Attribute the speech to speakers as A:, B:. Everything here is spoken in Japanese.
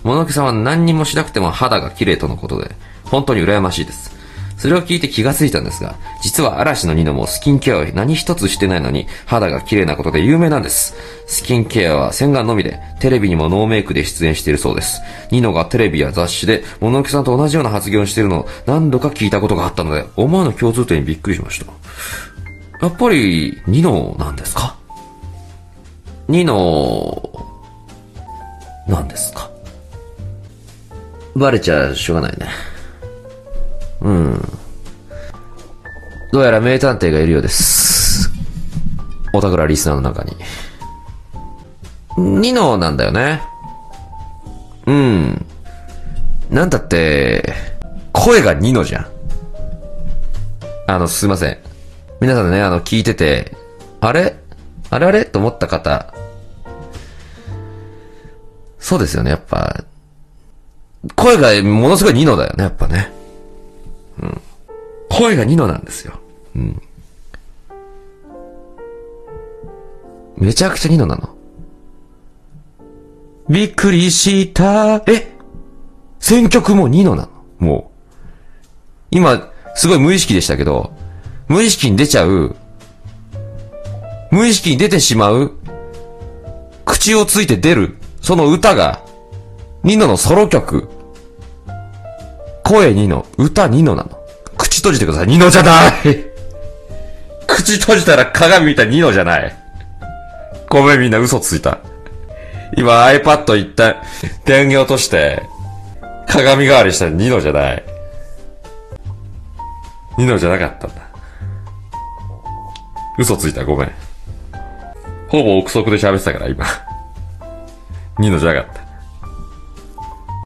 A: もののけさんは何にもしなくても肌が綺麗とのことで、本当に羨ましいです。それを聞いて気がついたんですが、実は嵐のニノもスキンケアを何一つしてないのに肌が綺麗なことで有名なんです。スキンケアは洗顔のみで、テレビにもノーメイクで出演しているそうです。ニノがテレビや雑誌でもののけさんと同じような発言をしているのを何度か聞いたことがあったので、思わぬ共通点にびっくりしました。やっぱりニノなんですか？ニノなんですか？バレちゃしょうがないね。どうやら名探偵がいるようです。おたくらリスナーの中に。ニノなんだよね。なんだって、声がニノじゃん。すいません。皆さんね、聞いてて、あれと思った方。そうですよね、やっぱ。声がものすごいニノだよね、やっぱね。声がニノなんですよ。めちゃくちゃニノなの。びっくりした。選曲もニノなの。もう。今、すごい無意識でしたけど、無意識に出ちゃう、無意識に出てしまう、口をついて出る、その歌が、ニノのソロ曲。声ニノ、歌ニノなの。口閉じてください。ニノじゃない口閉じたら鏡見たニノじゃない。ごめん、みんな嘘ついた。今 iPad 一旦電源落として鏡代わりしたニノじゃない。ニノじゃなかったんだ。嘘ついた、ごめん。ほぼ憶測で喋ってたから今。ニノじゃなかった。